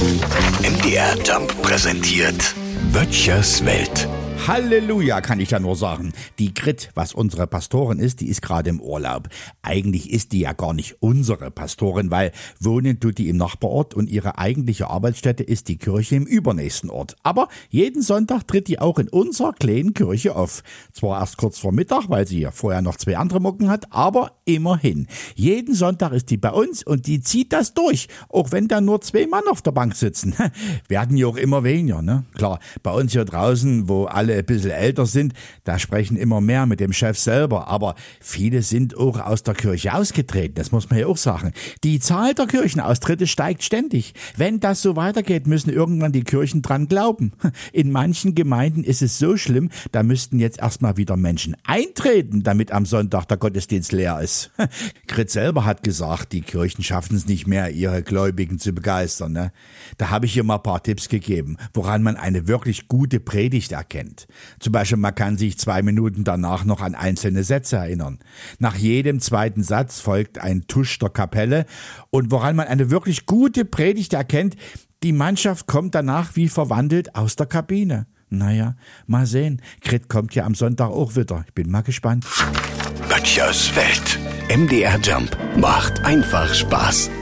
MDR Jump präsentiert Böttchers Welt. Halleluja, kann ich da nur sagen. Die Grit, was unsere Pastorin ist, die ist gerade im Urlaub. Eigentlich ist die ja gar nicht unsere Pastorin, weil wohnen tut die im Nachbarort und ihre eigentliche Arbeitsstätte ist die Kirche im übernächsten Ort. Aber jeden Sonntag tritt die auch in unserer kleinen Kirche auf. Zwar erst kurz vor Mittag, weil sie ja vorher noch 2 andere Mucken hat, aber immerhin. Jeden Sonntag ist die bei uns und die zieht das durch, auch wenn da nur 2 Mann auf der Bank sitzen. Werden ja auch immer weniger, ne? Klar, bei uns hier draußen, wo alle ein bisschen älter sind, da sprechen immer mehr mit dem Chef selber, aber viele sind auch aus der Kirche ausgetreten, das muss man ja auch sagen. Die Zahl der Kirchenaustritte steigt ständig. Wenn das so weitergeht, müssen irgendwann die Kirchen dran glauben. In manchen Gemeinden ist es so schlimm, da müssten jetzt erstmal wieder Menschen eintreten, damit am Sonntag der Gottesdienst leer ist. Grit selber hat gesagt, die Kirchen schaffen es nicht mehr, ihre Gläubigen zu begeistern. Ne? Da habe ich ihr mal ein paar Tipps gegeben, woran man eine wirklich gute Predigt erkennt. Zum Beispiel, man kann sich 2 Minuten danach noch an einzelne Sätze erinnern. Nach jedem zweiten Satz folgt ein Tusch der Kapelle. Und woran man eine wirklich gute Predigt erkennt, die Mannschaft kommt danach wie verwandelt aus der Kabine. Naja, mal sehen. Grit kommt ja am Sonntag auch wieder. Ich bin mal gespannt. Böttchers Welt. MDR Jump macht einfach Spaß.